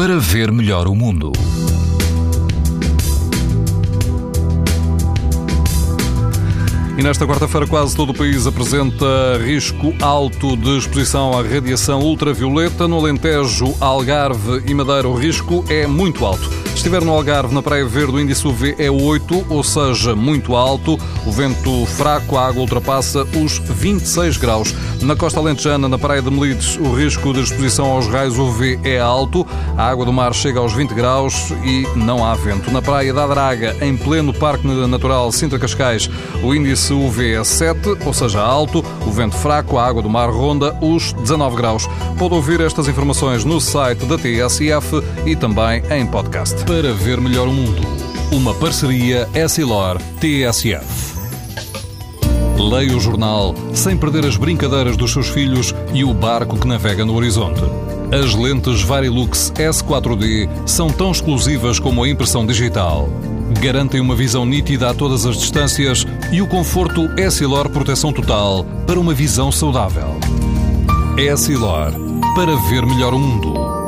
para ver melhor o mundo. E nesta quarta-feira quase todo o país apresenta risco alto de exposição à radiação ultravioleta. No Alentejo, Algarve e Madeira o risco é muito alto. Se estiver no Algarve, na Praia Verde, o índice UV é 8, ou seja, muito alto. O vento fraco, a água ultrapassa os 26 graus. Na costa alentejana, na Praia de Melides, o risco de exposição aos raios UV é alto. A água do mar chega aos 20 graus e não há vento. Na Praia da Draga, em pleno Parque Natural Sintra Cascais, o índice UV é 7, ou seja, alto. O vento fraco, a água do mar ronda os 19 graus. Pode ouvir estas informações no site da TSF e também em podcast. Para ver melhor o mundo, uma parceria Essilor-TSF. Leia o jornal sem perder as brincadeiras dos seus filhos e o barco que navega no horizonte. As lentes Varilux S4D são tão exclusivas como a impressão digital. Garantem uma visão nítida a todas as distâncias e o conforto Essilor Proteção Total para uma visão saudável. Essilor, para ver melhor o mundo.